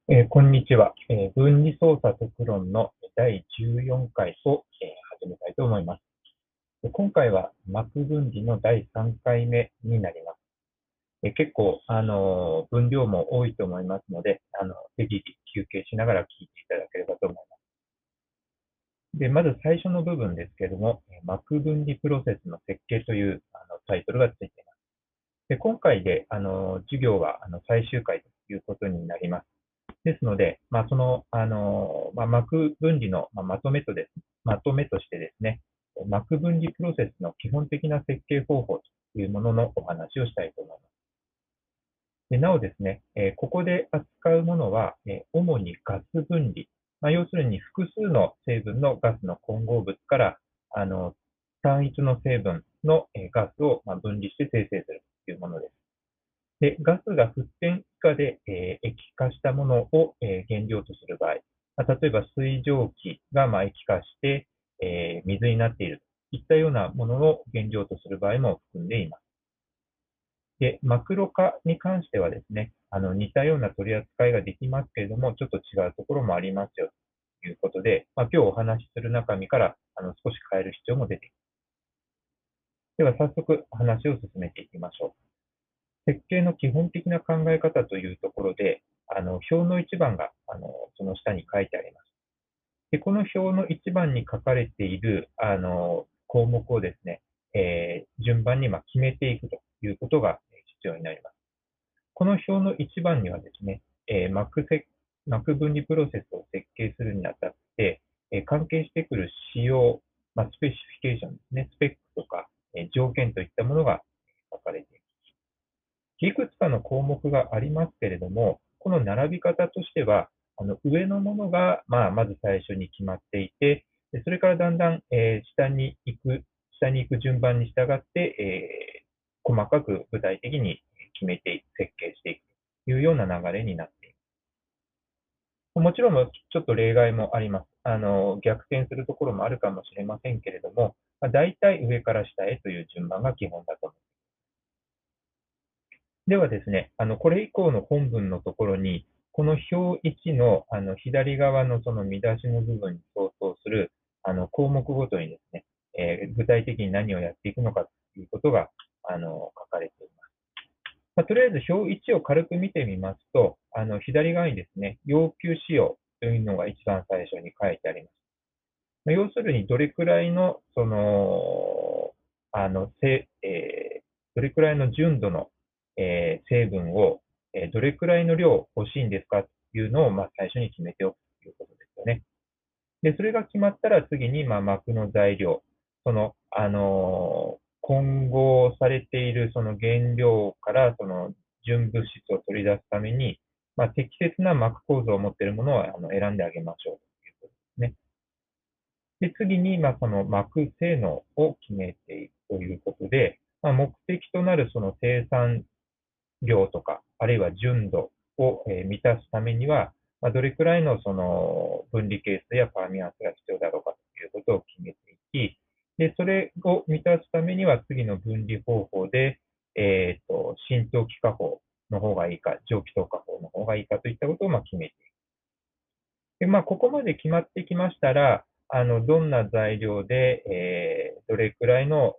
こんにちは。分離操作特論の第14回を、始めたいと思います。今回は膜分離の第3回目になります。結構、分量も多いと思いますので、適宜休憩しながら聞いていただければと思います。で、まず最初の部分ですけれども、膜分離プロセスの設計というタイトルがついています。で、今回で授業は最終回ということになります。ですので、膜分離のまとめとしてですね、膜分離プロセスの基本的な設計方法というもののお話をしたいと思います。でなおですね、ここで扱うものは、主にガス分離、要するに複数の成分のガスの混合物から、あの、単一の成分のガスを分離して生成するというものです。で、ガスが沸点以下で、液化したものを、原料とする場合、例えば水蒸気が、液化して、水になっているといったようなものを原料とする場合も含んでいます。で、マクロ化に関してはですね、似たような取り扱いができますけれども、ちょっと違うところもありますよということで、今日お話しする中身から、少し変える必要も出てきます。では早速話を進めていきましょう。設計の基本的な考え方というところで、表の一番が、その下に書いてあります。で、この表の一番に書かれている、項目をですね、順番に決めていくということが必要になります。この表の一番にはですね、膜分離プロセスを設計するにあたって、関係してくる仕様、スペシフィケーションですね、スペックとか、条件といったものが書かれています。いくつかの項目がありますけれども、この並び方としては、上のものが、まず最初に決まっていて、でそれからだんだん、下に行く順番に従って、細かく具体的に決めていく、設計していくというような流れになっています。もちろん、ちょっと例外もあります。逆転するところもあるかもしれませんけれども、大体上から下へという順番が基本だと思います。ではですね、これ以降の本文のところに、この表1の左側のその見出しの部分に相当する項目ごとにですね、具体的に何をやっていくのかということが書かれています。とりあえず表1を軽く見てみますと、左側にですね、要求仕様というのが一番最初に書いてあります。要するにどれくらいのその、あの、せえーどれくらいの純度の、成分を、どれくらいの量欲しいんですかというのを、最初に決めておくということですよね。で、それが決まったら次に、膜の材料、混合されているその原料からその純物質を取り出すために、適切な膜構造を持っているものを選んであげましょうということですね。で、次に、その膜性能を決めていくということで、目的となるその生産量とか、あるいは純度を、満たすためには、どれくらいのその分離係数やパーミアンスが必要だろうかということを決めていき、で、それを満たすためには次の分離方法で、浸透気化法の方がいいか、蒸気透過法の方がいいかといったことを決めていく。で、ここまで決まってきましたら、どんな材料で、どれくらいの、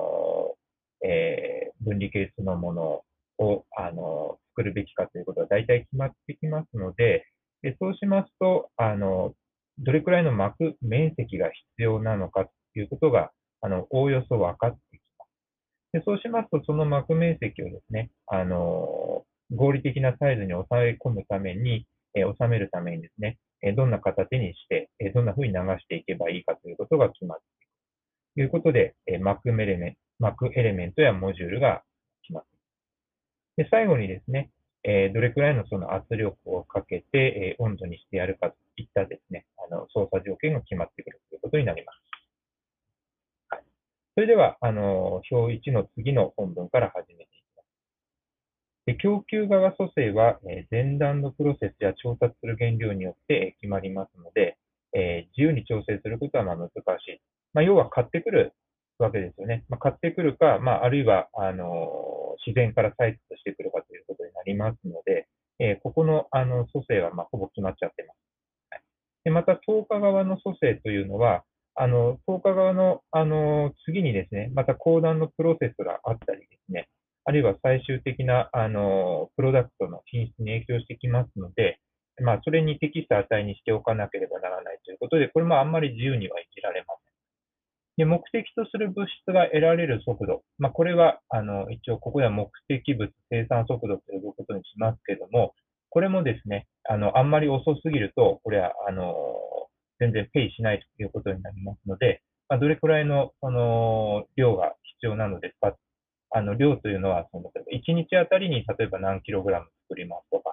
分離係数のものを、作るべきかということは大体決まってきますので、で、そうしますと、どれくらいの膜面積が必要なのかということが、おおよそ分かってきます。で、そうしますと、その膜面積をですね、合理的なサイズに抑え込むために、収めるためにですね、どんな形にして、どんな風に流していけばいいかということが決まるということで、膜エレメントやモジュールが決まっている。で、最後にですね、どれくらいのその圧力をかけて、温度にしてやるかといったですね、操作条件が決まってくるということになります。はい。それでは、表1の次の本文から始めていきます。で、供給側組成は、前段のプロセスや調達する原料によって、決まりますので、自由に調整することは難しい。要は買ってくるわけですよね。買ってくるか、あるいは自然から採掘してくるかということになりますので、 ここの組成はほぼ決まっちゃってます。はい。で、また10日側の組成というのは、10日側の次にですね、また後段のプロセスがあったりですね、あるいは最終的なプロダクトの品質に影響してきますので、それに適した値にしておかなければならないということで、これもあんまり自由にはいじられません。で、目的とする物質が得られる速度、これは、一応ここでは目的物生産速度と呼ぶことにしますけども、これもですね、あんまり遅すぎると、これは、全然ペイしないということになりますので、どれくらいの、量が必要なのですか。量というのは、1日あたりに例えば何キログラム作りますとか、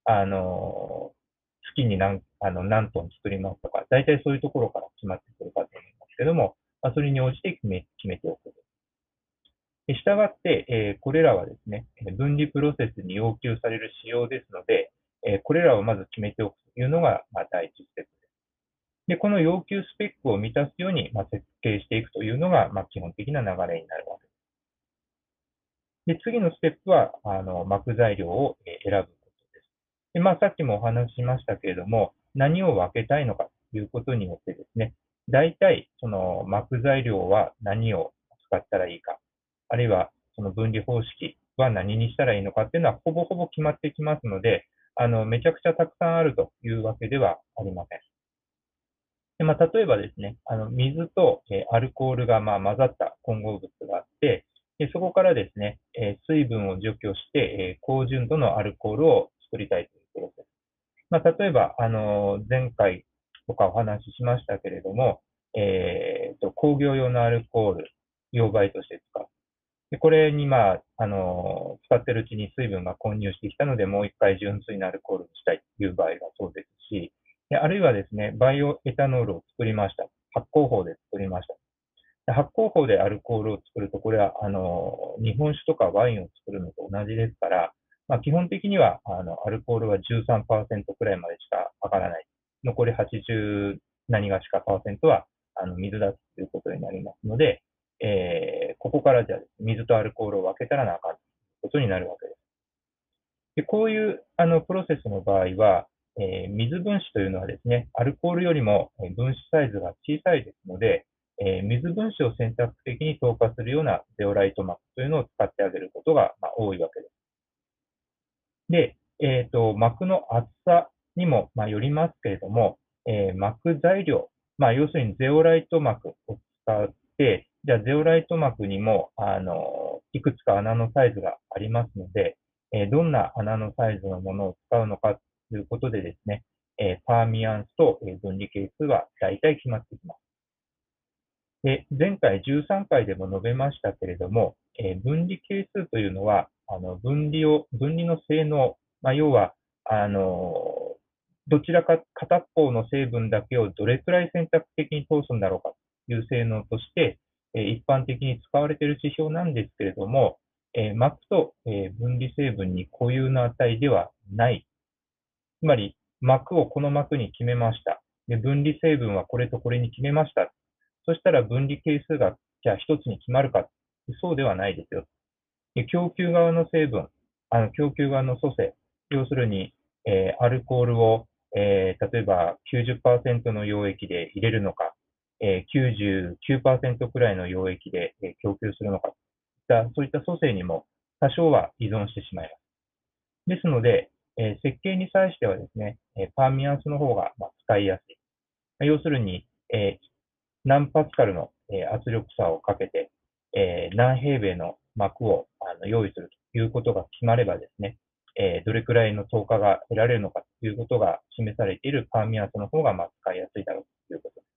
月に何トン作りますとか、大体そういうところから決まってくるかと思いますけども、それに応じて決めておくと。したがって、これらはですね、分離プロセスに要求される仕様ですので、これらをまず決めておくというのが、第一ステップです。で、この要求スペックを満たすように、設計していくというのが、基本的な流れになるわけです。で、次のステップは、膜材料を選ぶことです。で、さっきもお話ししましたけれども、何を分けたいのかということによってですね、大体、その膜材料は何を使ったらいいか、あるいはその分離方式は何にしたらいいのかっていうのは、ほぼほぼ決まってきますので、めちゃくちゃたくさんあるというわけではありません。で、例えばですね、水と、アルコールが、混ざった混合物があって、で、そこからですね、水分を除去して、高純度のアルコールを作りたいというプロセス。例えば、前回とかお話ししましたけれども、工業用のアルコール、溶媒として使う。で、これに、使ってるうちに水分が混入してきたので、もう一回純粋なアルコールにしたいという場合がそうですし、で、あるいはですね、バイオエタノールを作りました。発酵法で作りました。で、発酵法でアルコールを作ると、これは、日本酒とかワインを作るのと同じですから、基本的には、アルコールは13%くらいまでしか上がらない。残り80何がしかパーセントは、水だということになりますので、ここからじゃあ、水とアルコールを分けたらなあかんということになるわけです。で、こういうプロセスの場合は、水分子というのはですね、アルコールよりも分子サイズが小さいですので、水分子を選択的に透過するようなゼオライト膜というのを使ってあげることが、多いわけです。で、膜の厚さにも、よりますけれども、膜材料、要するにゼオライト膜を使って、じゃあゼオライト膜にも、いくつか穴のサイズがありますので、どんな穴のサイズのものを使うのかということでですね、パーミアンスと分離係数は大体決まってきます。で、前回13回でも述べましたけれども、分離係数というのは、分離の性能、要は、あの、どちらか片っ方の成分だけをどれくらい選択的に通すんだろうかという性能として、一般的に使われている指標なんですけれども、膜と、分離成分に固有な値ではない。つまり、膜をこの膜に決めました。で、分離成分はこれとこれに決めました。そしたら分離係数が、じゃあ一つに決まるか。そうではないですよ。で、供給側の成分、供給側の組成、要するに、アルコールを、例えば90%の溶液で入れるのか、99%くらいの溶液で、供給するのか、そういった組成にも多少は依存してしまいます。ですので、設計に際してはですね、パーミアンスの方が、使いやすい。要するに、何パスカルの、圧力差をかけて、何平米の膜を用意するということが決まればですね、どれくらいの透過が得られるのかということが示されているパーミアンスの方が使いやすいだろうということです。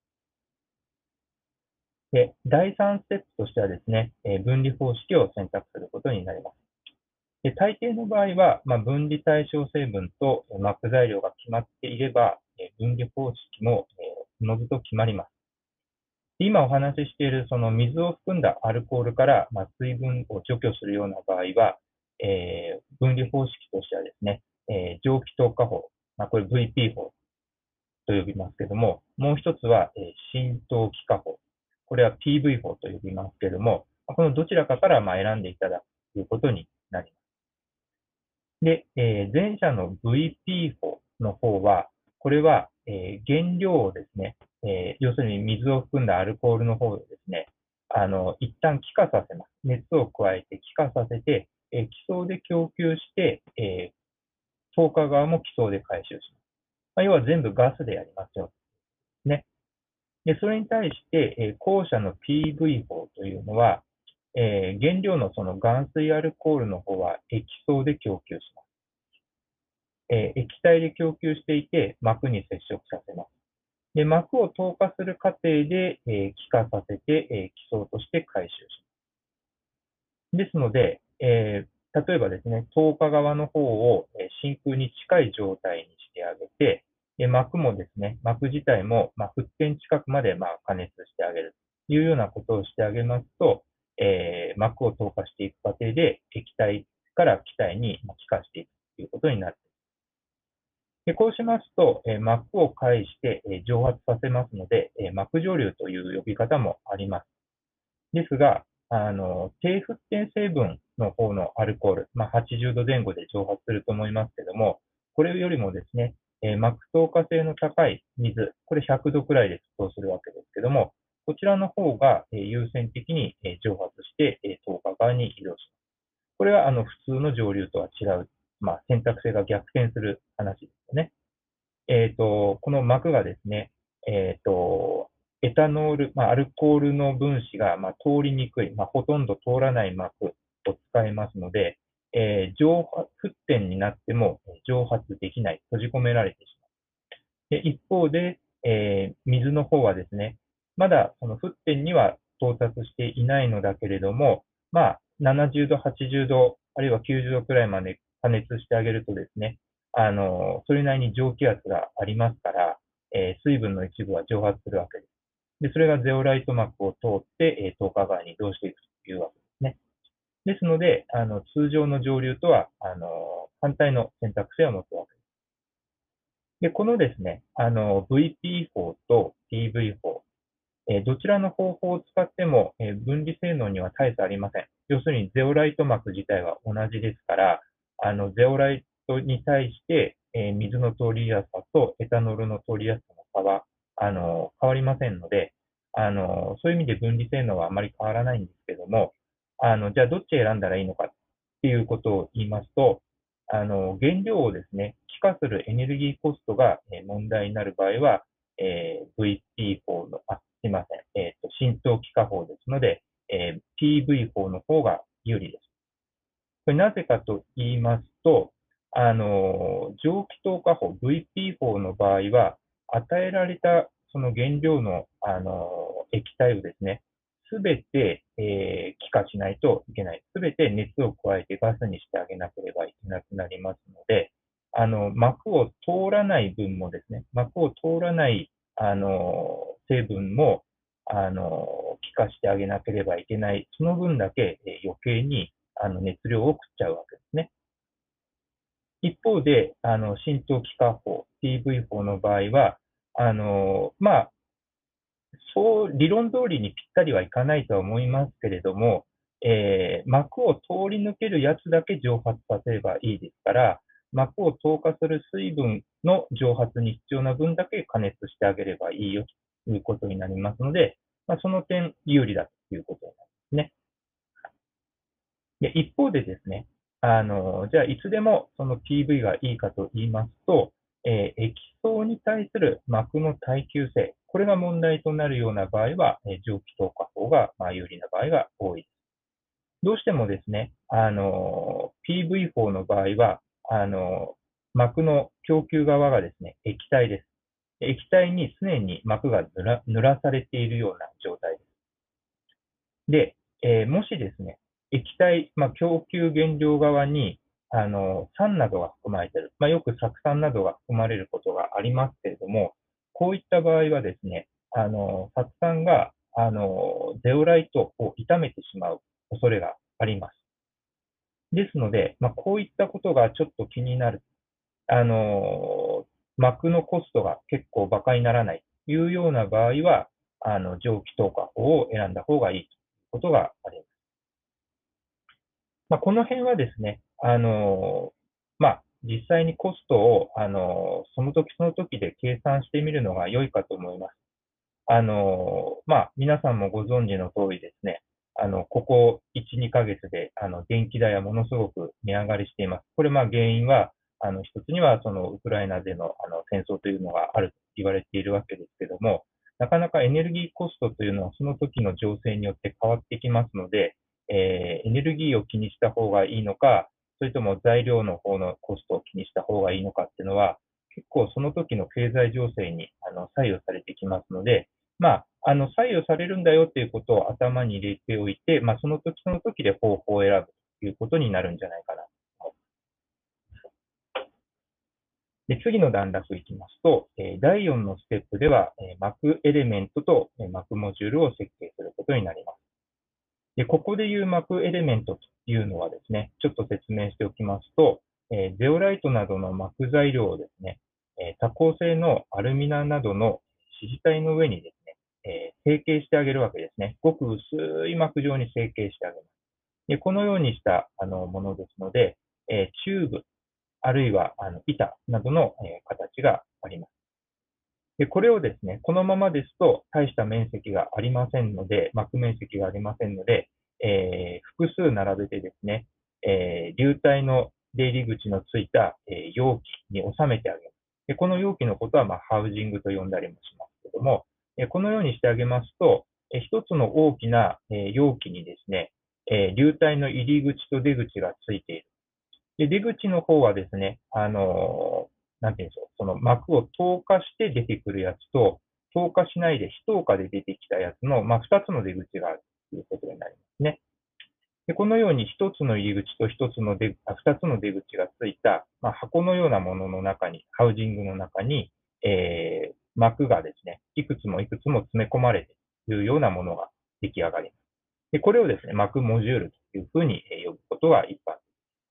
で、第3ステップとしてはですね、分離方式を選択することになります。で、大抵の場合は、分離対象成分と膜材料が決まっていれば、分離方式も、おのずと決まります。今お話ししているその水を含んだアルコールから、水分を除去するような場合は、分離方式としてはですね、蒸気透過法、これ VP 法と呼びますけども、もう一つは、浸透気化法。これは PV 法と呼びますけれども、このどちらかから選んでいただくということになります。 で、前者の VP 法の方は、これは、原料をですね、要するに水を含んだアルコールの方をですね、一旦気化させます。熱を加えて気化させて、気層で供給して、投下側も気層で回収します。要は全部ガスでやりますよ。ね。で、それに対して、後者の PV 法というのは、原料のその含水アルコールの方は液層で供給します。液体で供給していて、膜に接触させます。で、膜を透過する過程で、気化させて、気層として回収します。ですので、例えばですね、透過側の方を、真空に近い状態にしてあげて、膜もですね、膜自体も、沸点近くまで、加熱してあげるというようなことをしてあげますと、膜を透過していく過程で、液体から気体に気化していくということになる。で、こうしますと、膜を介して、蒸発させますので、膜蒸留という呼び方もあります。ですが、低沸点成分の方のアルコール、80度前後で蒸発すると思いますけども、これよりもですね、膜透過性の高い水、これ100度くらいで沸騰するわけですけども、こちらの方が、優先的に、蒸発して、透過側に移動します。これは普通の蒸留とは違う、選択性が逆転する話ですよね。この膜がですね、えっと、エタノール、アルコールの分子が、通りにくい、ほとんど通らない膜を使いますので、沸点になっても蒸発できない、閉じ込められてしまう。で、一方で、水の方はですね、まだその沸点には到達していないのだけれども、70度、80度、あるいは90度くらいまで加熱してあげるとですね、それなりに蒸気圧がありますから、水分の一部は蒸発するわけです。で、それがゼオライト膜を通って、透過側に移動していくというわけですね。ですので、通常の蒸留とは、反対の選択肢を持つわけです。で、このですね、VP 法と PV 法、どちらの方法を使っても、分離性能には大差ありません。要するにゼオライト膜自体は同じですから、ゼオライトに対して、水の通りやすさとエタノールの通りやすさの差は、変わりませんので、そういう意味で分離性能はあまり変わらないんですけども、じゃあどっち選んだらいいのかっていうことを言いますと、原料をですね、気化するエネルギーコストが、問題になる場合は、VP 法の、すいません、浸透気化法ですので、PV 法の方が有利です。これなぜかと言いますと、蒸気透過法、VP 法の場合は、与えられたその原料の、液体をですね、すべて、気化しないといけない。すべて熱を加えてガスにしてあげなければいけなくなりますので、膜を通らない分もですね、膜を通らない、成分も、気化してあげなければいけない。その分だけ、余計に熱量を食っちゃうわけですね。一方で、浸透気化法、PV 法の場合は、あの、まあ、理論通りにぴったりはいかないとは思いますけれども、膜を通り抜けるやつだけ蒸発させればいいですから、膜を透過する水分の蒸発に必要な分だけ加熱してあげればいいよということになりますので、その点有利だということになりますね。で、一方でですね、じゃあいつでもその PV がいいかと言いますと、液層に対する膜の耐久性、これが問題となるような場合は、蒸気透過法が、有利な場合が多いです。どうしてもですね、PV 法の場合は、膜の供給側がですね、液体です。液体に常に膜が濡らされているような状態です。で、もしですね、液体、供給原料側に、酸などが含まれている、よく酢酸などが含まれることがありますけれども、こういった場合はですね、酢酸が、ゼオライトを傷めてしまう恐れがあります。ですので、こういったことがちょっと気になる。あの、膜のコストが結構馬鹿にならないというような場合は、蒸気透過法を選んだ方がいいということがあります。この辺はですね、 実際にコストを、その時その時で計算してみるのが良いかと思います。皆さんもご存知の通りですね、ここ1、2ヶ月で、電気代はものすごく値上がりしています。これ、原因は、一つには、その、ウクライナでの、戦争というのがあると言われているわけですけども、なかなかエネルギーコストというのは、その時の情勢によって変わってきますので、エネルギーを気にした方がいいのか、それとも材料の方のコストを気にした方がいいのかっていうのは、結構その時の経済情勢に、左右されてきますので、左右されるんだよっていうことを頭に入れておいて、その時その時で方法を選ぶということになるんじゃないかな。で、次の段落いきますと、第4のステップでは、膜エレメントと膜モジュールを設計することになります。で、ここでいう膜エレメントというのはですね、ちょっと説明しておきますと、ゼオライトなどの膜材料をですね、多孔性のアルミナなどの支持体の上にですね、成形してあげるわけですね。ごく薄い膜状に成形してあげます。で、このようにしたものですので、チューブ、あるいは板などの形があります。で、これをですね、このままですと大した面積がありませんので、膜面積がありませんので、複数並べてですね、流体の出入り口のついた、容器に収めてあげます。で、この容器のことは、ハウジングと呼んだりもしますけども、このようにしてあげますと、一つの大きな、容器にですね、流体の入り口と出口がついている。で、出口の方はですね、なんていうんでしょう、その膜を透過して出てくるやつと、透過しないで非透過で出てきたやつの、2つの出口があるということになりますね。で、このように1つの入り口と2つの出口がついた、箱のようなものの中に、ハウジングの中に、膜がですね、いくつもいくつも詰め込まれているようなものが出来上がります。で、これをですね、膜モジュールというふうに呼ぶことが一般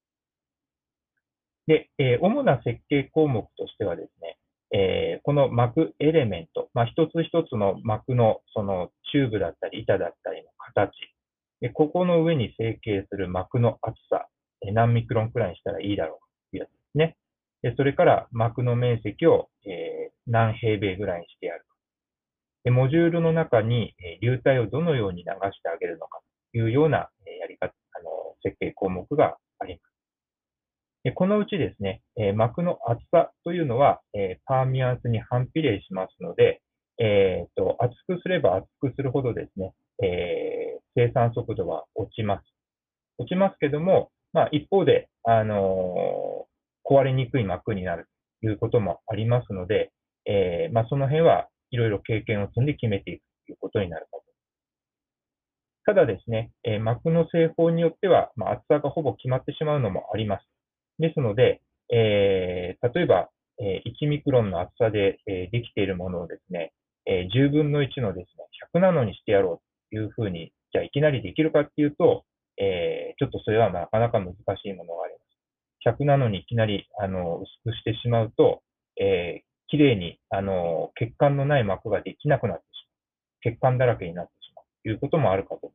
で、主な設計項目としてはですね、この膜エレメント、一つ一つの膜のそのチューブだったり板だったりの形、で、ここの上に成形する膜の厚さ、何ミクロンくらいにしたらいいだろうかというやつですね。で、それから膜の面積を、何平米ぐらいにしてやるか。で、モジュールの中に、流体をどのように流してあげるのかというような、やり方、設計項目があります。で、このうちですね、膜の厚さというのは、パーミアンスに反比例しますので、厚くすれば厚くするほどですね、生産速度は落ちます。落ちますけども、一方で、壊れにくい膜になるということもありますので、その辺はいろいろ経験を積んで決めていくということになるかと。ただですね、膜の製法によっては、厚さがほぼ決まってしまうのもあります。ですので、例えば、1ミクロンの厚さで、できているものをですね、10分の1のですね、100ナノにしてやろうというふうに、じゃあいきなりできるかっていうと、ちょっとそれはなかなか難しいものがあります。100ナノにいきなり、薄くしてしまうと、綺麗に、血管のない膜ができなくなってしまう。血管だらけになってしまうということもあるかと思います。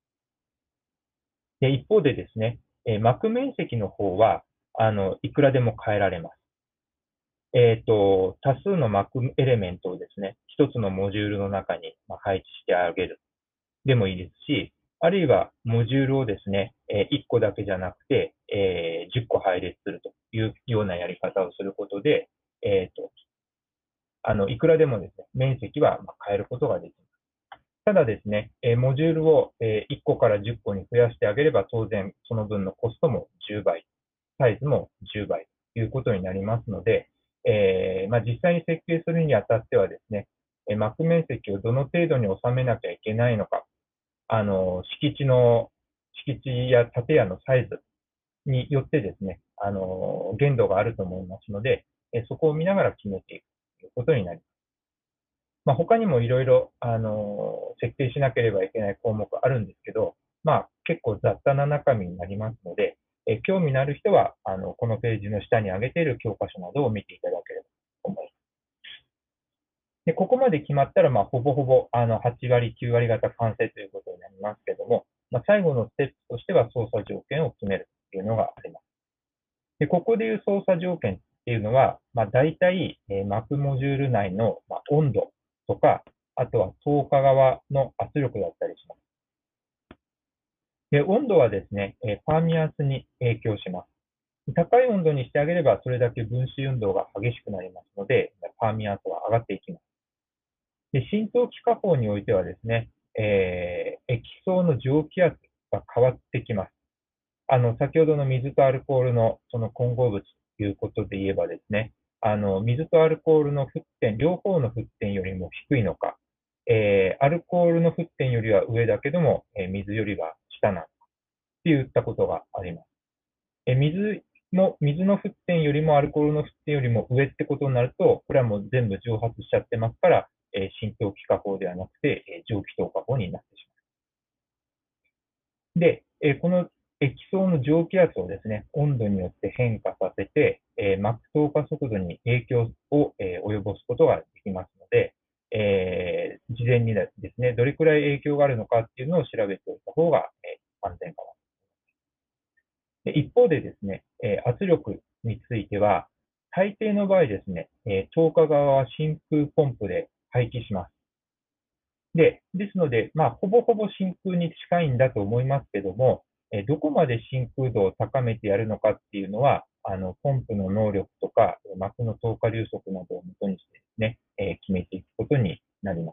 で、一方でですね、膜面積の方は、いくらでも変えられます。多数の膜エレメントをですね、一つのモジュールの中に、配置してあげるでもいいですし、あるいはモジュールをですね、1個だけじゃなくて、10個配列するというようなやり方をすることで、えっと、いくらでもですね、面積は変えることができます。ただですね、モジュールを、1個から10個に増やしてあげれば、当然その分のコストも10倍、サイズも10倍ということになりますので、実際に設計するにあたってはですね、膜面積をどの程度に収めなきゃいけないのか、敷地や建屋のサイズによってですね、限度があると思いますので、そこを見ながら決めていくということになります。他にもいろいろ、設定しなければいけない項目あるんですけど、結構雑多な中身になりますので、興味のある人は、このページの下に挙げている教科書などを見ていただければと思います。で、ここまで決まったら、ほぼほぼ、8割、9割方完成ということになりますけども、最後のステップとしては操作条件を決めるというのがあります。 で、ここでいう操作条件っていうのは、大体、膜モジュール内の、温度とか、あとは透過側の圧力だったりします。で、温度はですね、パーミアンスに影響します。高い温度にしてあげれば、それだけ分子運動が激しくなりますので、パーミアンスは上がっていきます。で、浸透気化法においてはですね、液層の蒸気圧が変わってきます。先ほどの水とアルコールのその混合物ということで言えばですね、水とアルコールの沸点、両方の沸点よりも低いのか、アルコールの沸点よりは上だけども、水よりは下なのかっていったことがあります。水の沸点よりもアルコールの沸点よりも上ってことになると、これはもう全部蒸発しちゃってますから、浸透気化法ではなくて、蒸気透過法になってしまう。で、この液層の蒸気圧をですね、温度によって変化させて、膜透過速度に影響を、及ぼすことができますので、事前にですね、どれくらい影響があるのかっていうのを調べておいた方が、安全かな。で、一方でですね、圧力については、大抵の場合ですね、透過側は真空ポンプで排気します。ですので、ほぼほぼ真空に近いんだと思いますけども、どこまで真空度を高めてやるのかっていうのは、ポンプの能力とか、膜の透過流速などをもとにしてですね、決めていくことになります。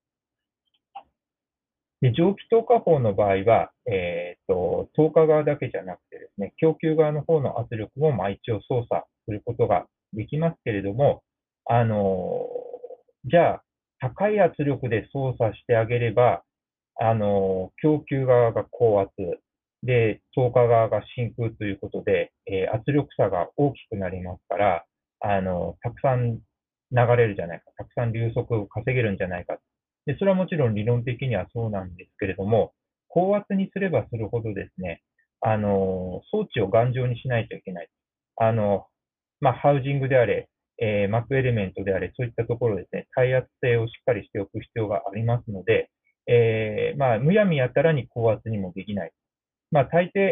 で、蒸気透過法の場合は、透過側だけじゃなくてですね、供給側の方の圧力も一応操作することができますけれども、あの、じゃあ、高い圧力で操作してあげれば、供給側が高圧、で、透過側が真空ということで、圧力差が大きくなりますから、たくさん流れるじゃないか、たくさん流速を稼げるんじゃないか。で、それはもちろん理論的にはそうなんですけれども、高圧にすればするほどですね、装置を頑丈にしないといけない。あの、ハウジングであれ、マックエレメントであれ、そういったところですね、耐圧性をしっかりしておく必要がありますので、むやみやたらに高圧にもできない。大抵、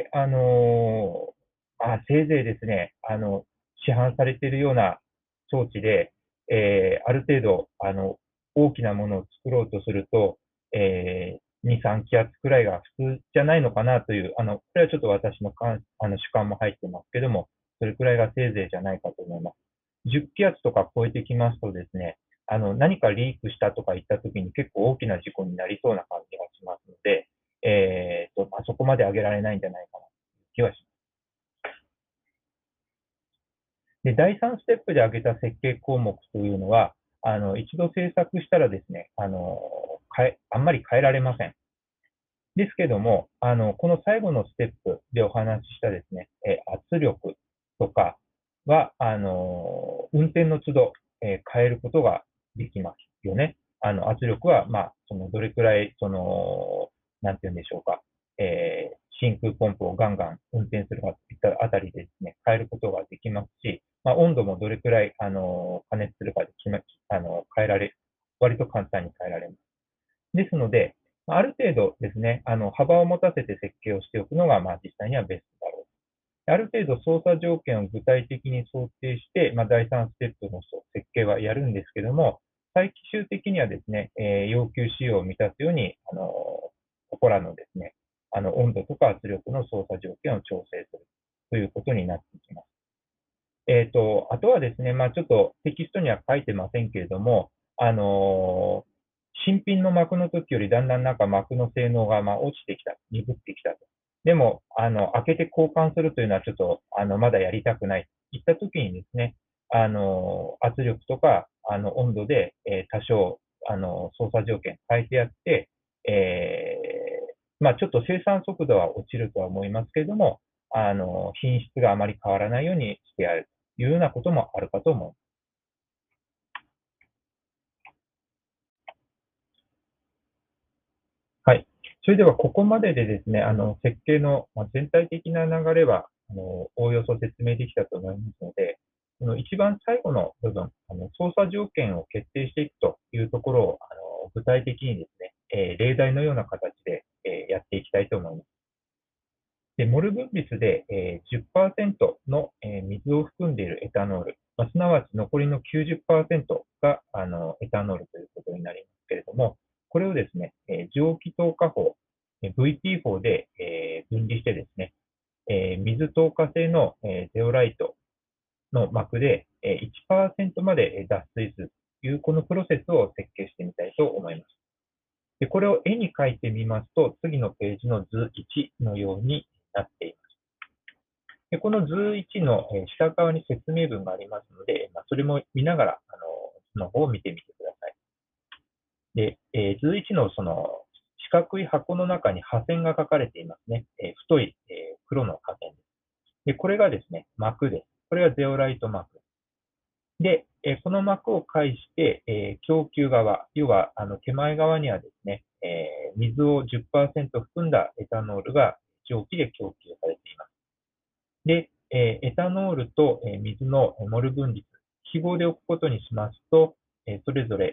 せいぜいですね、市販されているような装置で、ある程度、大きなものを作ろうとすると、2、3気圧くらいが普通じゃないのかなという、これはちょっと私の主観も入ってますけども、それくらいがせいぜいじゃないかと思います。10気圧とか超えてきますとですね、何かリークしたとか言ったときに結構大きな事故になりそうな感じがしますので、そこまで上げられないんじゃないかなという気はします。で、第3ステップで挙げた設計項目というのは、一度制作したらですね、あんまり変えられません。ですけども、この最後のステップでお話ししたですね、圧力とかは、運転の都度、変えることができますよね。圧力は、どれくらい、なんて言うんでしょうか、真空ポンプをガンガン運転するかといったあたりでですね、変えることができますし、温度もどれくらい、加熱するかで変えられ割と簡単に変えられます。ですので、ある程度ですね、幅を持たせて設計をしておくのが、実際にはベストだろう。ある程度操作条件を具体的に想定して、第3ステップの設計はやるんですけども、最終的にはですね、要求仕様を満たすように、ここらのですね、温度とか圧力の操作条件を調整するということになっていきます。あとはですね、ちょっとテキストには書いてませんけれども、新品の膜の時よりだんだん膜の性能が落ちてきた、鈍ってきたと。でも、開けて交換するというのはちょっと、まだやりたくないといった時にですね、圧力とか、温度で、多少、操作条件変えてやって、ちょっと生産速度は落ちるとは思いますけれども、品質があまり変わらないようにしてやるというようなこともあるかと思います。はい。それではここまででですね、設計の、全体的な流れは、おおよそ説明できたと思いますので、その一番最後の部分、操作条件を決定していくというところを、具体的にですね、例題のような形で、やっていきたいと思います。 で、モル分率で、10%の、水を含んでいるエタノール、すなわち残りの90%がエタノールということになりますけれども、これをですね、蒸気透過法、VT 法で、分離してですね、水透過性の、ゼオライトの膜で、1%まで脱水するというこのプロセスを設計してみたいと思います。で、これを絵に描いてみますと、次のページの図1のようになっています。で、この図1の下側に説明文がありますので、それも見ながら、図の方を見てみてください。で、図1のその四角い箱の中に破線が書かれていますね。太い、黒の破線です。で、これがですね、膜です。これがゼオライト膜。で、この膜を介して、供給側、要は手前側にはですね、水を10%含んだエタノールが蒸気で供給されています。で、エタノールと水のモル分率、記号で置くことにしますと、それぞれ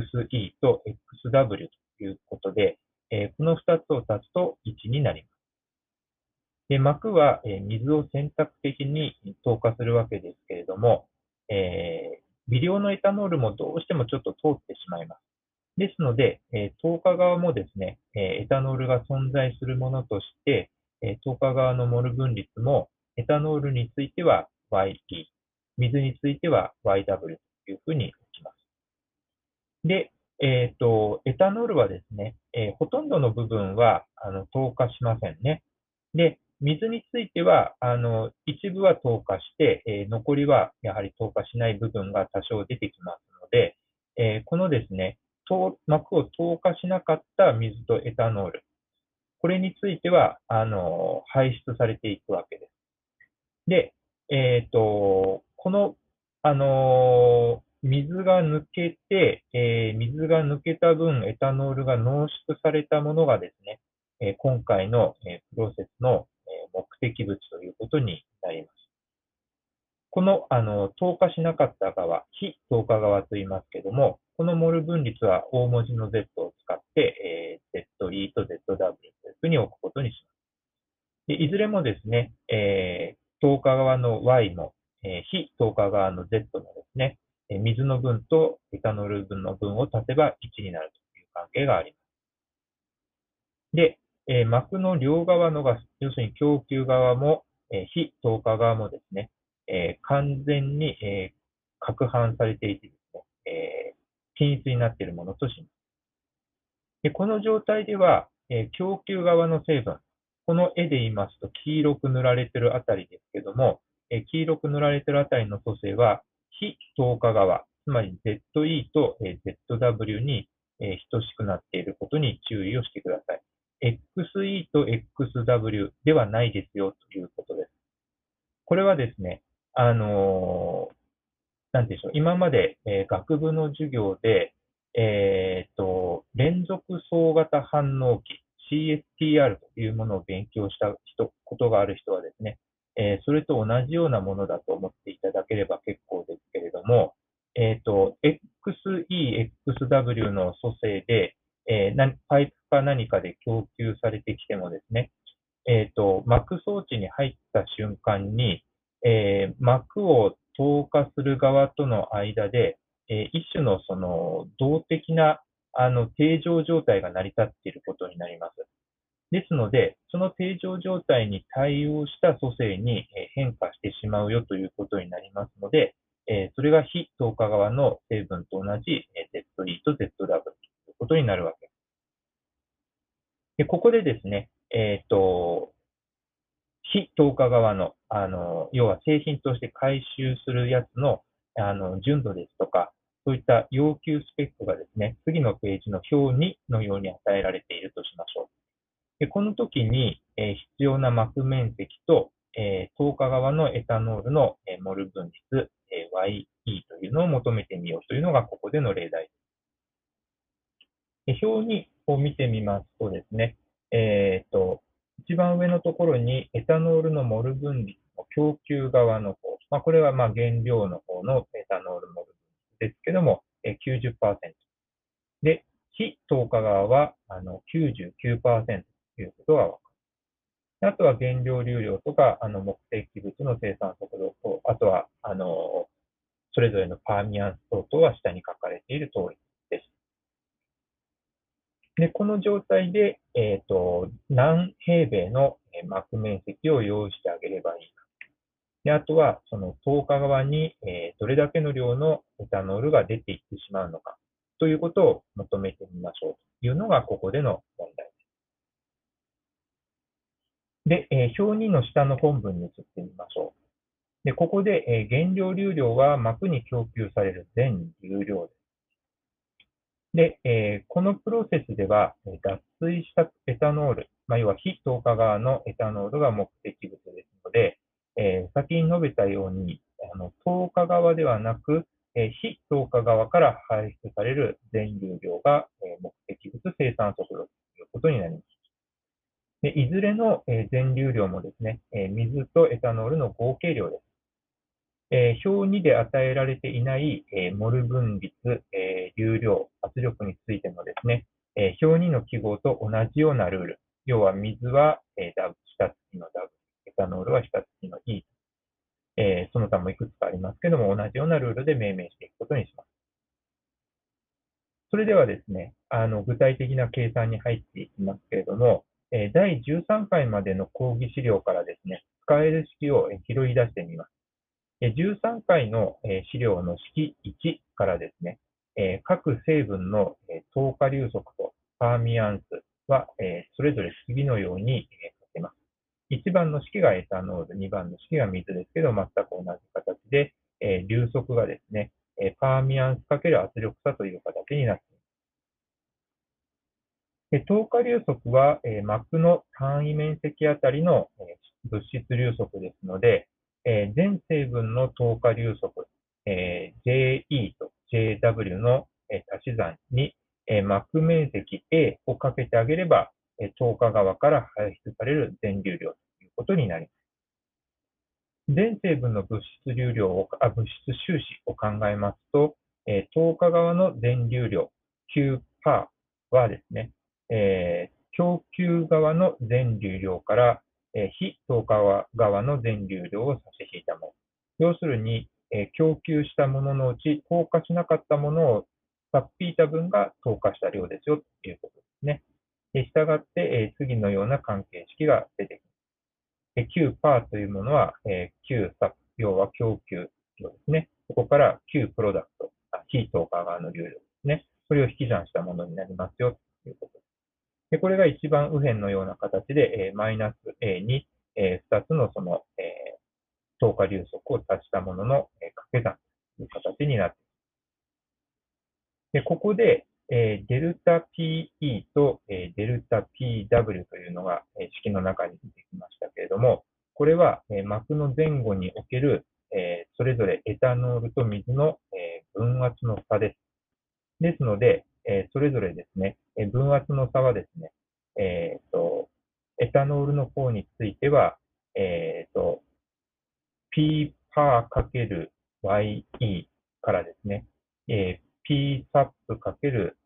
XE と XW ということで、この2つを足すと1になります。で、膜は水を選択的に透過するわけですけれども、微量のエタノールもどうしてもちょっと通ってしまいます。ですので、透過側もですね、エタノールが存在するものとして、透過側のモル分率も、エタノールについては YE、水については YW というふうに置きます。で、エタノールはですね、ほとんどの部分は透過しませんね。で、水については、一部は透過して、残りはやはり透過しない部分が多少出てきますので、このですね、膜を透過しなかった水とエタノール、これについては、排出されていくわけです。で、この、水が抜けて、水が抜けた分、エタノールが濃縮されたものがですね、今回の、プロセスの、目的物ということになります。この、透過しなかった側、非透過側と言いますけども、このモル分率は大文字の Z を使って、ZE と ZW というふうに置くことにします。でいずれもですね、透過側の Y も、非透過側の Z もですね、水の分とエタノール分の分を足せば1になるという関係があります。で、膜の両側のガス、要するに供給側も、非透過側もですね、完全に、攪拌されていてですね、均一になっているものとします。で、この状態では、供給側の成分、この絵で言いますと黄色く塗られているあたりですけども、黄色く塗られているあたりの組成は、非透過側、つまり ZE と ZW に等しくなっていることに注意をしてください。XE と XW ではないですよということです。これはですね、あのなんでしょう、今まで、学部の授業で、連続層型反応器、CSTR というものを勉強したことがある人はですね、それと同じようなものだと思っていただければ結構ですけれども、XE、XW の組成で、パイプか何かで供給されてきてもですね、膜装置に入った瞬間に、膜を透過する側との間で、一種のその動的な定常状態が成り立っていることになります。ですので、その定常状態に対応した組成に変化してしまうよということになりますので、それが非透過側の成分と同じ ZE と ZW ということになるわけです。で、ここでですね、非透過側の、要は製品として回収するやつの、純度ですとか、そういった要求スペックがですね、次のページの表2のように与えられているとしましょう。で、この時に、必要な膜面積と、透過側のエタノールの、モル分率、YE というのを求めてみようというのがここでの例題です。表2を見てみますとですね、一番上のところにエタノールのモル分率の供給側の方、これは原料の方のエタノールモル分率ですけども、90%。で、非透過側は99%ということがわかる。 あとは原料流量とか、目的物の生産速度と、あとは、それぞれのパーミアンス等々は下に書かれている通りです。で、この状態で、何平米の膜面積を用意してあげればいいか。で、あとは、その10日側に、どれだけの量のエタノールが出ていってしまうのか、ということを求めてみましょうというのが、ここでの問題です。で、表2の下の本文に移ってみましょう。で、ここで、原料流量は膜に供給される全流量です。で、このプロセスでは、脱水したエタノール、要は非糖化側のエタノールが目的物ですので、先に述べたように、糖化側ではなく、非糖化側から排出される全流量が、目的物生産速度ということになります。で、いずれの、全流量もですね、水とエタノールの合計量です。表2で与えられていない、モル分率、流量、圧力についてもですね、表2の記号と同じようなルール。要は水は、下付きの W、エタノールは下付きの E、その他もいくつかありますけども、同じようなルールで命名していくことにします。それではですね、具体的な計算に入っていきますけれども、第13回までの講義資料からですね、使える式を拾い出してみます。13回の資料の式1からですね、各成分の透過流速とパーミアンスはそれぞれ次のように書けます。1番の式がエタノール、2番の式が水ですけど、全く同じ形で、流速がですね、パーミアンスかける圧力差という形になっています。透過流速は、膜の単位面積あたりの、物質流速ですので、全成分の透過流速、JE と JW の、足し算に、膜面積 A をかけてあげれば、透過側から排出される全流量ということになります。全成分の物質収支を考えますと、透過側の全流量 Q パーはですね、供給側の全流量から、非透過側の全流量を差し引いたもの。要するに、供給したもののうち透過しなかったものを差っ引いた分が透過した量ですよということですね。したがって、次のような関係式が出てきます。Q パーというものは、Q サ要は供給量ですね。そこから Q プロダクト、非透過側の流量ですね。それを引き算したものになりますよということです。で、これが一番右辺のような形で、マイナス A に、2つのその、透過流速を足したものの、掛け算という形になっています。で、ここで、デルタ PE と、デルタ PW というのが、式の中に出てきましたけれども、これは、膜の前後における、それぞれエタノールと水の、分圧の差です。ですので、それぞれですね、分圧の差はですね、エタノールの方については、えっと、P パーかける YE からですね、P サップかける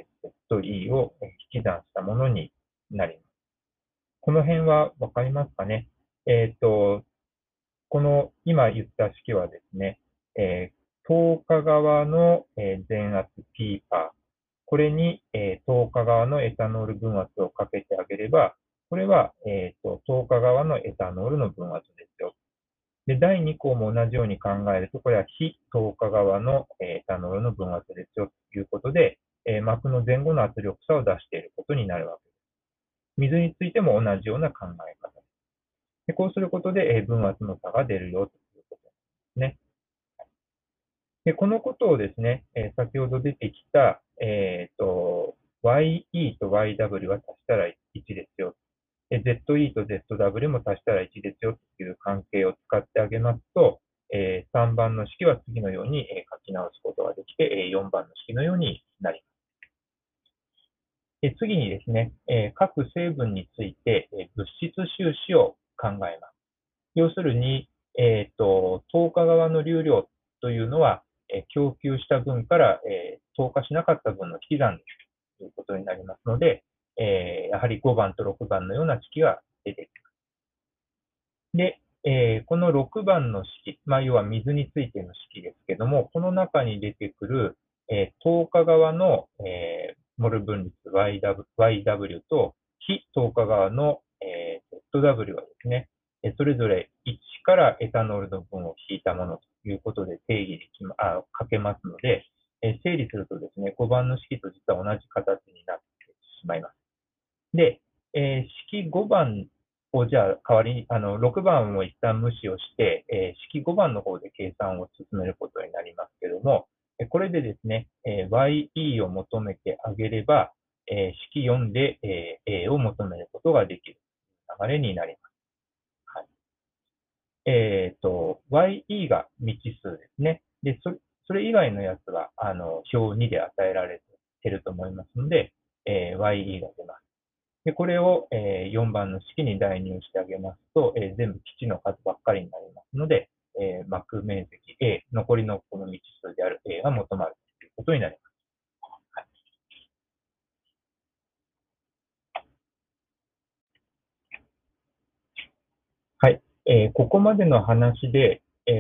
ZE を引き算したものになります。この辺はわかりますかね。この今言った式はですね、透過側の全圧 P パー、これに透過側のエタノール分圧をかけてあげれば、これは透過側のエタノールの分圧ですよ。で、第2項も同じように考えると、これは非透過側のエタノールの分圧ですよということで、膜の前後の圧力差を出していることになるわけです。水についても同じような考え方で、こうすることで、分圧の差が出るよということですね。で、このことをですね、先ほど出てきた、YE と YW は足したら1ですよ。ZE と ZW も足したら1ですよという関係を使ってあげますと、3番の式は次のように書き直すことができて、4番の式のようになります。次にですね、各成分について物質収支を考えます。要するに、透過側の流量というのは、供給した分から、透過しなかった分の引き算ですということになりますので、やはり5番と6番のような式が出てきます。 で、この6番の式、要は水についての式ですけども、この中に出てくる、透過側の、モル分率 YW と、非透過側の、ZW はですね、それぞれ1からエタノールの分を引いたものということで定義で書けますので、整理するとですね、5番の式と実は同じ形になってしまいます。で、式5番をじゃあ代わりに、6番を一旦無視をして、式5番の方で計算を進めることになりますけども、これでですね、YE を求めてあげれば、式4で、A を求めることができる流れになります。はい。YE が未知数ですね。で、それ以外のやつは、表2で与えられていると思いますので、YE が出ます。で、これを、4番の式に代入してあげますと、全部基地の数ばっかりになりますので、膜面積 A、残りのこの未知数である A が求まるということになります。はい。ここまでの話で、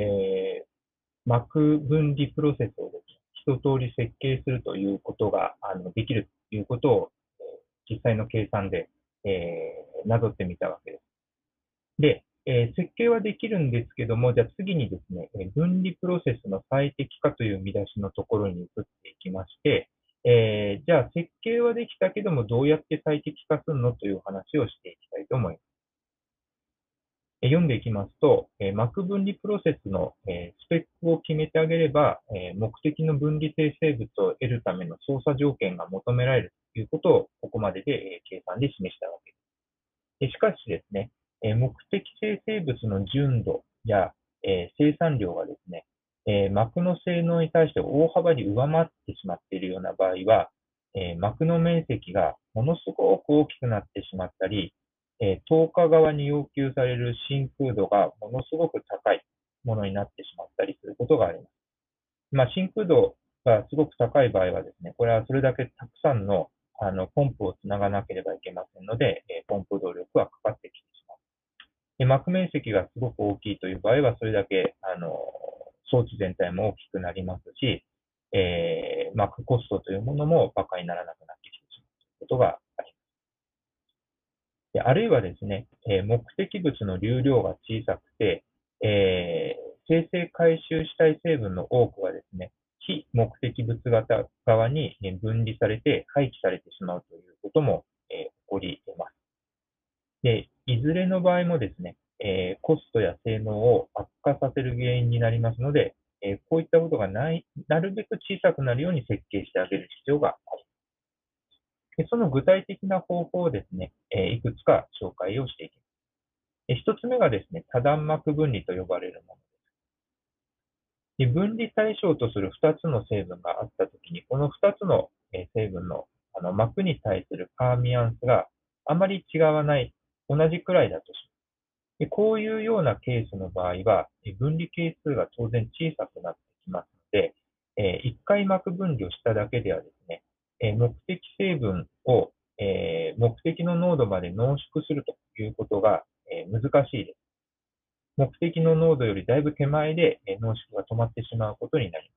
膜分離プロセスをですね、一通り設計するということができるということを、実際の計算で、なぞってみたわけです。で、設計はできるんですけども、じゃあ次にですね、分離プロセスの最適化という見出しのところに移っていきまして、じゃあ設計はできたけども、どうやって最適化するのという話をしていきたいと思います。読んでいきますと、膜分離プロセスの、スペックを決めてあげれば、目的の分離性生物を得るための操作条件が求められるということを、ここまでで、計算で示したわけです。しかしですね、目的性生物の純度や、生産量がですね、膜の性能に対して大幅に上回ってしまっているような場合は、膜の面積がものすごく大きくなってしまったり、透過側に要求される真空度がものすごく高いものになってしまったりすることがあります。真空度がすごく高い場合はですね、これはそれだけたくさんのポンプをつながなければいけませんので、ポンプ動力はかかってきてしまう。で、膜面積がすごく大きいという場合は、それだけ装置全体も大きくなりますし、膜コストというものも馬鹿にならなくなってきてしまうということがあります。で、あるいはですね、目的物の流量が小さくて、生成回収したい成分の多くはですね、非目的物型側に分離されて廃棄されてしまうということも、起こり得ます。で、いずれの場合もですね、コストや性能を悪化させる原因になりますので、こういったことがなるべく小さくなるように設計してあげる必要があります。で、その具体的な方法をですね、いくつか紹介をしていきます。一つ目がですね、多段膜分離と呼ばれるもので、分離対象とする2つの成分があったときに、この2つの成分の膜に対するパーミアンスがあまり違わない、同じくらいだとします。で、こういうようなケースの場合は、分離係数が当然小さくなってきますので、1回膜分離をしただけではですね、目的成分を、目的の濃度まで濃縮するということが、難しいです。目的の濃度よりだいぶ手前で、濃縮が止まってしまうことになります。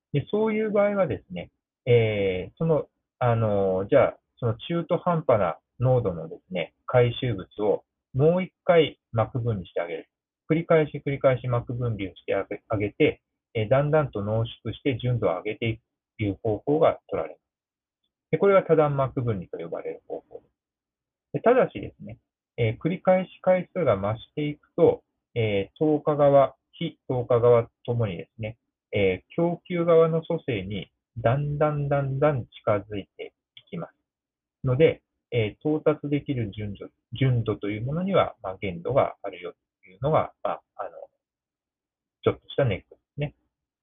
で、そういう場合はですね、その、じゃあ、その中途半端な濃度のですね、回収物をもう一回膜分離してあげる。繰り返し膜分離をしてあげて、だんだんと濃縮して純度を上げていくという方法が取られます。で、これが多段膜分離と呼ばれる方法です。で、ただしですね、繰り返し回数が増していくと、透過側、非透過側ともにですね、供給側の組成にだんだん近づいていきます。ので、到達できる純度というものには、限度があるよというのが、ちょっとしたネックですね。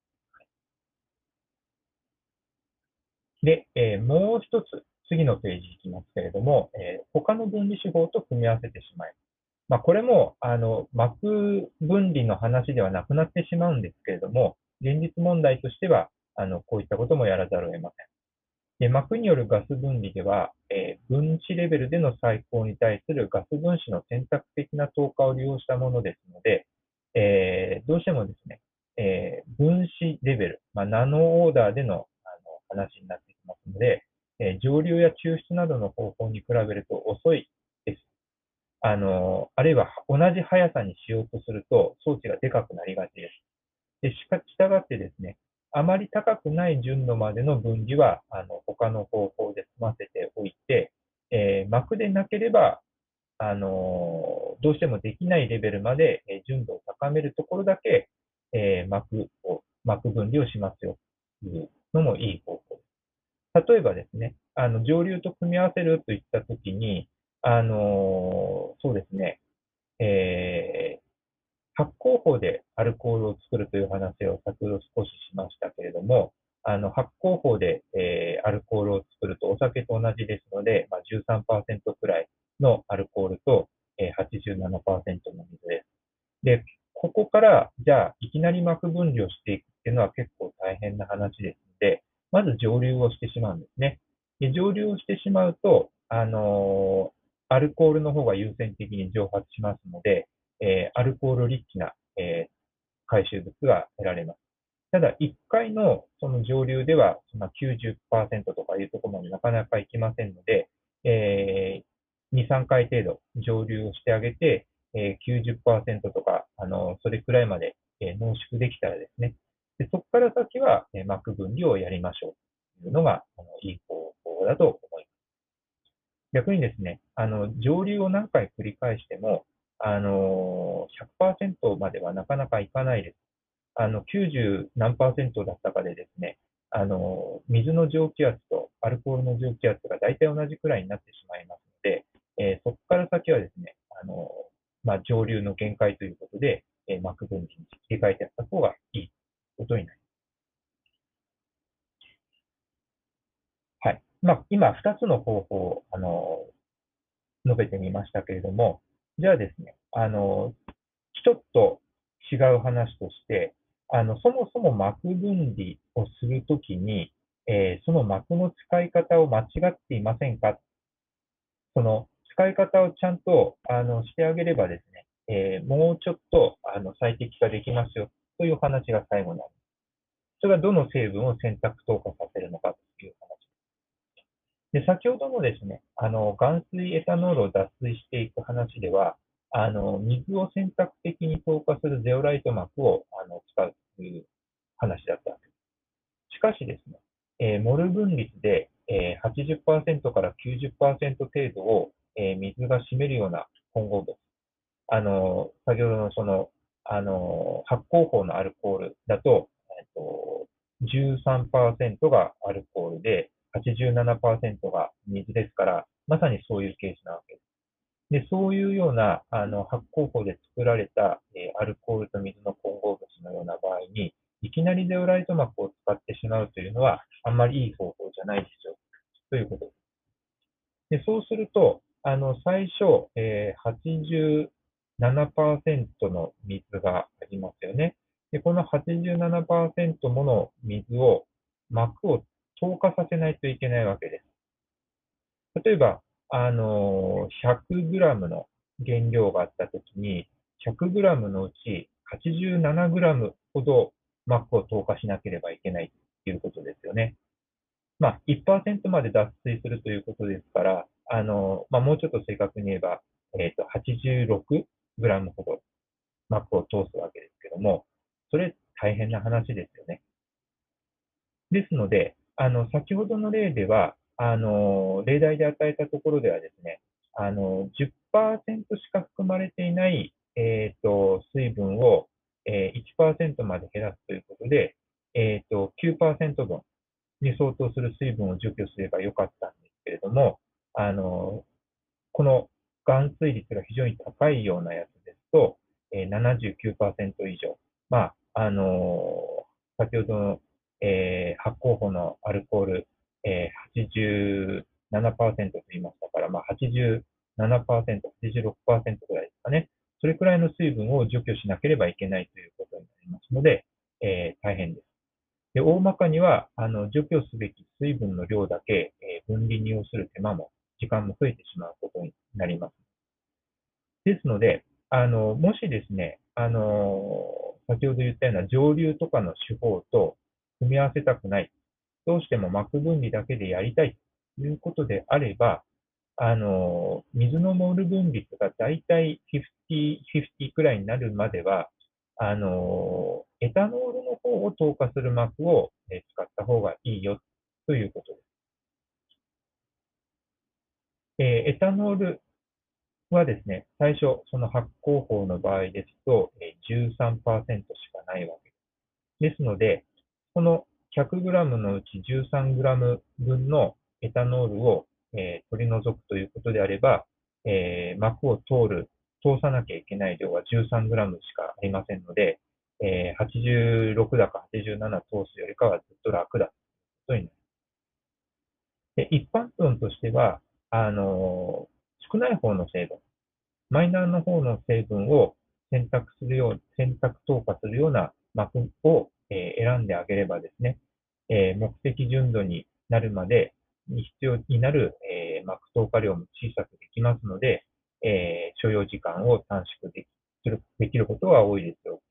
で、もう一つ、次のページいきますけれども、他の分離手法と組み合わせてしまいます。これも、膜分離の話ではなくなってしまうんですけれども、現実問題としては、こういったこともやらざるを得ません。 で、膜によるガス分離では、分子レベルでの再興に対するガス分子の選択的な透過を利用したものですので、どうしてもですね、分子レベル、ナノオーダーでの話になってきますので、蒸留や抽出などの方法に比べると遅いです。あるいは同じ速さにしようとすると装置がでかくなりがちです。従ってですね、あまり高くない純度までの分離は、他の方法で済ませておいて、膜でなければ、どうしてもできないレベルまで、純度を高めるところだけ、膜分離をしますよというのもいい方法です。例えばですね、蒸留と組み合わせるといったときに、そうですね、えー発酵法でアルコールを作るという話を先ほど少ししましたけれども、発酵法で、アルコールを作るとお酒と同じですので、13%くらいのアルコールと、87%の水です。で、ここから、じゃあ、いきなり膜分離をしていくっていうのは結構大変な話ですので、まず蒸留をしてしまうんですね。で、蒸留をしてしまうと、アルコールの方が優先的に蒸発しますので、アルコールリッチな、回収物が得られます。ただ、1回のその蒸留では、その90%とかいうところまでなかなかいきませんので、2、3回程度蒸留をしてあげて、90%とか、それくらいまで、濃縮できたらですね、でそこから先は、膜分離をやりましょうというのが、いい方法だと思います。逆にですね、蒸留を何回繰り返しても、100%まではなかなかいかないです。90何パーセントだったかでですね、水の蒸気圧とアルコールの蒸気圧が大体同じくらいになってしまいますので、そこから先はですね、蒸留の限界ということで、膜分離に切り替えてやった方がいいことになります。はい。今2つの方法を、述べてみましたけれども、じゃあですね、ちょっと違う話として、そもそも膜分離をするときに、その膜の使い方を間違っていませんか？その使い方をちゃんと、してあげればですね、もうちょっと、最適化できますよという話が最後になります。それはどの成分を選択透過させるのかという話。で、先ほどのですね、含水エタノールを脱水していく話では、水を選択的に透過するゼオライト膜を、使うという話だったわけです。しかしですね、モル分率で、80%から90%程度を、水が占めるような混合物。先ほどのその、発酵法のアルコールだと、13%がアルコールで、87%が水ですから、まさにそういうケースなわけです。で、そういうような、発酵法で作られた、アルコールと水の混合物のような場合に、いきなりゼオライト膜を使ってしまうというのは、あんまりいい方法じゃないですよ、ということです。で、そうすると、最初、87%の水がありますよね。で、この87%もの水を、膜を透過させないといけないわけです。例えば、100グラムの原料があったときに、100グラムのうち87グラムほど膜を透過しなければいけないということですよね。1%まで脱水するということですから、もうちょっと正確に言えば、86グラムほど膜を通すわけですけども、それ大変な話ですよね。ですので、先ほどの例では、例題で与えたところではですね、10%しか含まれていない、水分を、1%まで減らすということで、9%分に相当する水分を除去すればよかったんですけれども、あの、この含水率が非常に高いようなやつですと、79%以上。先ほどの、発酵法のアルコール、87%と言いましたから、87%、86%ぐらいですかね。それくらいの水分を除去しなければいけないということになりますので、大変です。 で、大まかには、除去すべき水分の量だけ、分離に要する手間も時間も増えてしまうことになります。ですので、もしですね、先ほど言ったような蒸留とかの手法と組み合わせたくない、どうしても膜分離だけでやりたいということであれば、水のモール分率がだいたい50-50くらいになるまでは、エタノールの方を透過する膜を使った方がいいよということです。エタノールはですね、最初、その発酵法の場合ですと、13%しかないわけです。ですので、この100グラムのうち13グラム分のエタノールを、取り除くということであれば、膜を通さなきゃいけない量は13グラムしかありませんので、86だか87通すよりかはずっと楽だということになります。で、一般論としては、あの、少ない方の成分、マイナーの方の成分を選択透過するような膜を、選んであげればですね、目的純度になるまでに必要になる、膜透過量も小さくできますので、所要時間を短縮できることが多いですよ。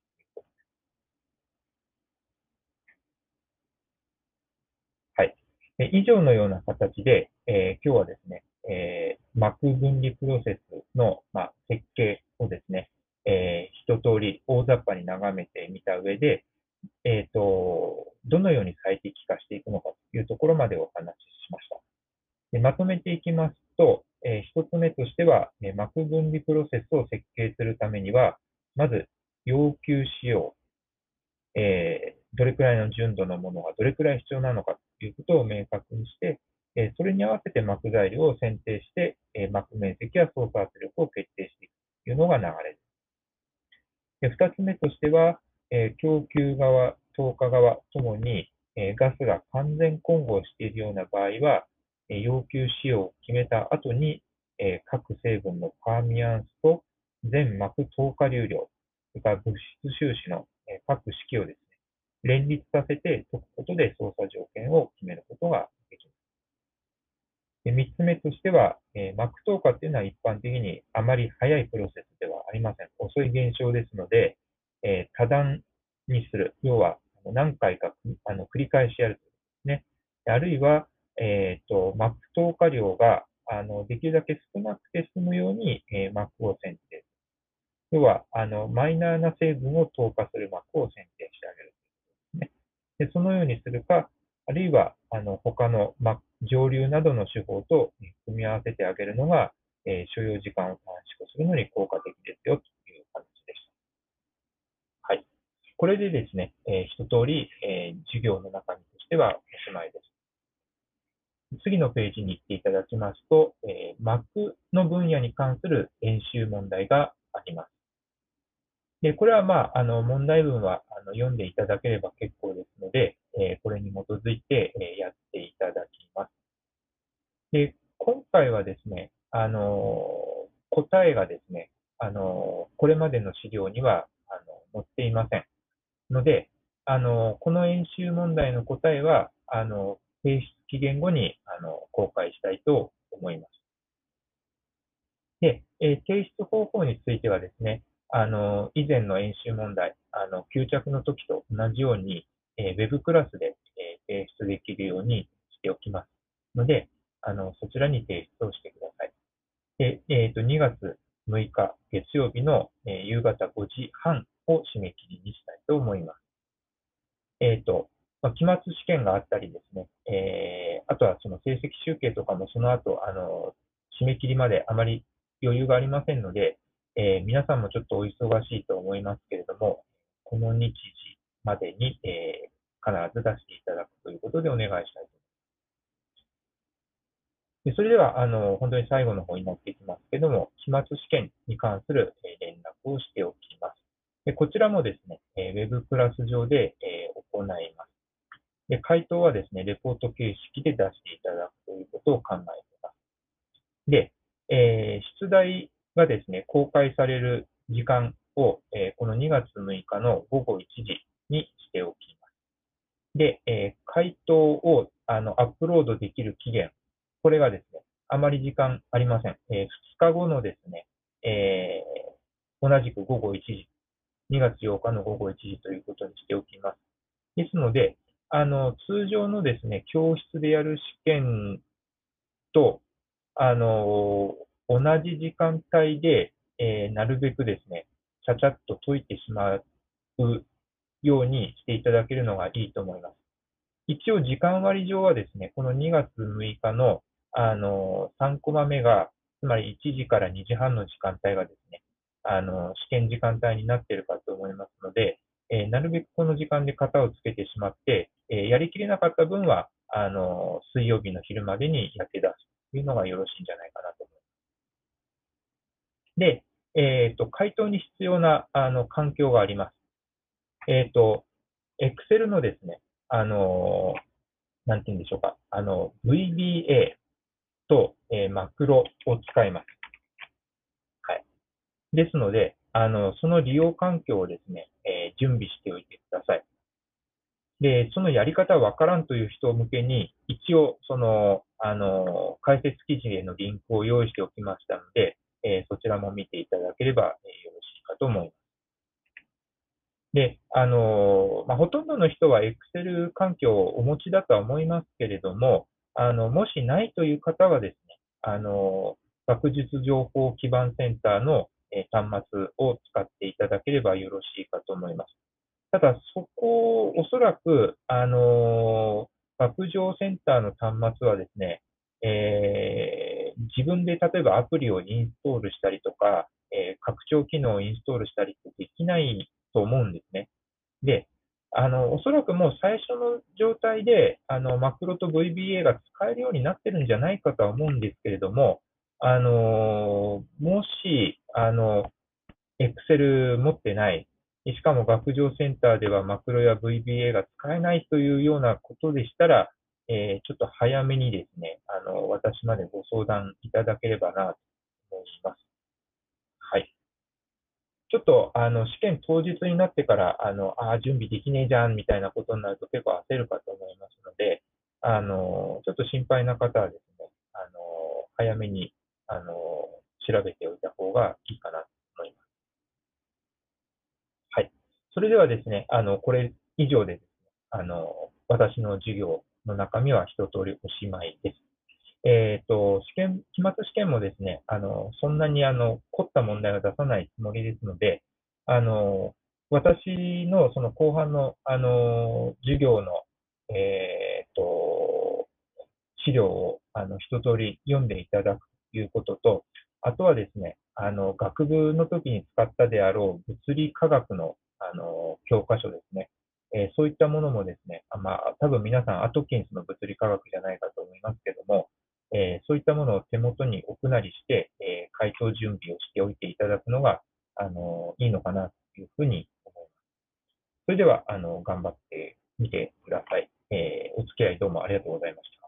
はい。以上のような形で、今日はですね、膜分離プロセスの、設計をですね、一通り大雑把に眺めてみた上で、どのように最適化していくのかというところまでお話ししました。で、まとめていきますと、一つ目としては、膜分離プロセスを設計するためには、まず要求仕様、どれくらいの純度のものがどれくらい必要なのかということを明確にして、それに合わせて膜材料を選定して、膜面積や操作圧力を決定していくというのが流れです。で、二つ目としては、供給側、投下側ともに、ガスが完全混合しているような場合は、要求仕様を決めた後に、各成分のパーミアンスと全膜透過流量、それから物質収支の、各式をですね、連立させて解くことで操作条件を決めることができます。で、3つ目としては、膜透過っていうのは一般的にあまり早いプロセスではありません。遅い現象ですので、多段にする。要は、何回か繰り返しやるということですね。あるいは、膜透過量ができるだけ少なくて済むように、膜を選定。要は、マイナーな成分を透過する膜を選定してあげる。ね。で、そのようにするか、あるいは、他の、蒸留などの手法と組み合わせてあげるのが、所要時間を短縮するのに効果的ですよという感じでした。はい。これでですね、一通り、授業の中身としてはおしまいです。次のページに行っていただきますと、膜の分野に関する演習問題があります。で、これは、問題文は、読んでいただければ結構ですので、これに基づいて、やっていただきます。で、今回はですね、答えがですね、これまでの資料には、載っていません。ので、この演習問題の答えは、提出期限後に、公開したいと思います。で、提出方法についてはですね、以前の演習問題、吸着の時と同じように、ウェブクラスで、提出できるようにしておきますので、そちらに提出をしてください。で、2月6日月曜日の、夕方5時半を締め切りにしたいと思います。期末試験があったりですね、あとはその成績集計とかもその後、締め切りまであまり余裕がありませんので、皆さんもちょっとお忙しいと思いますけれども、この日時までに、必ず出していただくということでお願いしたいと思います。で、それでは、本当に最後の方になっていきますけども、期末試験に関する、連絡をしておきます。で、こちらもですね、ウェブクラス上で、行います。で、回答はですね、レポート形式で出していただくということを考えています。で、出題がですね、公開される時間を、この2月6日の午後1時にしておきます。 で、回答をアップロードできる期限、これがですね、あまり時間ありません。2日後のですね、え同じく午後1時、2月8日の午後1時ということにしておきます。ですので、通常のですね、教室でやる試験と、同じ時間帯で、なるべくですね、ちゃちゃっと解いてしまうようにしていただけるのがいいと思います。一応時間割上はですね、この2月6日の、3コマ目が、つまり1時から2時半の時間帯がですね、試験時間帯になっているかと思いますので、なるべくこの時間で型をつけてしまって、やりきれなかった分は、水曜日の昼までにやって出すというのがよろしいんじゃないかなと思います。で、回答に必要な、環境があります。Excel のですね、なんて言うんでしょうか、VBA と、マクロを使います。はい。ですので、その利用環境をですね、準備しておいてください。で、そのやり方わからんという人向けに、一応、解説記事へのリンクを用意しておきましたので、そちらも見ていただければ、よろしいかと思います。で、ほとんどの人は Excel 環境をお持ちだとは思いますけれども、もしないという方はですね、学術情報基盤センターの、端末を使っていただければよろしいかと思います。ただ、そこをおそらく、学情センターの端末はですね、自分で例えばアプリをインストールしたりとか、拡張機能をインストールしたりってできないと思うんですね。で、おそらくもう最初の状態で、マクロと VBA が使えるようになってるんじゃないかとは思うんですけれども、もし、Excel 持ってない、しかも学情センターではマクロや VBA が使えないというようなことでしたら、ちょっと早めにですね、私までご相談いただければなと思います。はい。ちょっと、試験当日になってから、準備できねえじゃんみたいなことになると結構焦るかと思いますので、ちょっと心配な方はですね、早めに、調べておいた方がいいかなと思います。はい。それではですね、これ以上でですね、私の授業の中身は一通りおしまいです。期末試験もですね、そんなに凝った問題は出さないつもりですので、あの、私のその後半の、授業の、えっと、資料を、一通り読んでいただくということと、あとはですね、学部の時に使ったであろう物理科学の、教科書ですね。そういったものもですね、多分皆さんアトキンスの物理科学じゃないかと思いますけども、そういったものを手元に置くなりして、回答準備をしておいていただくのが、いいのかなというふうに思います。それでは、頑張ってみてください。お付き合いどうもありがとうございました。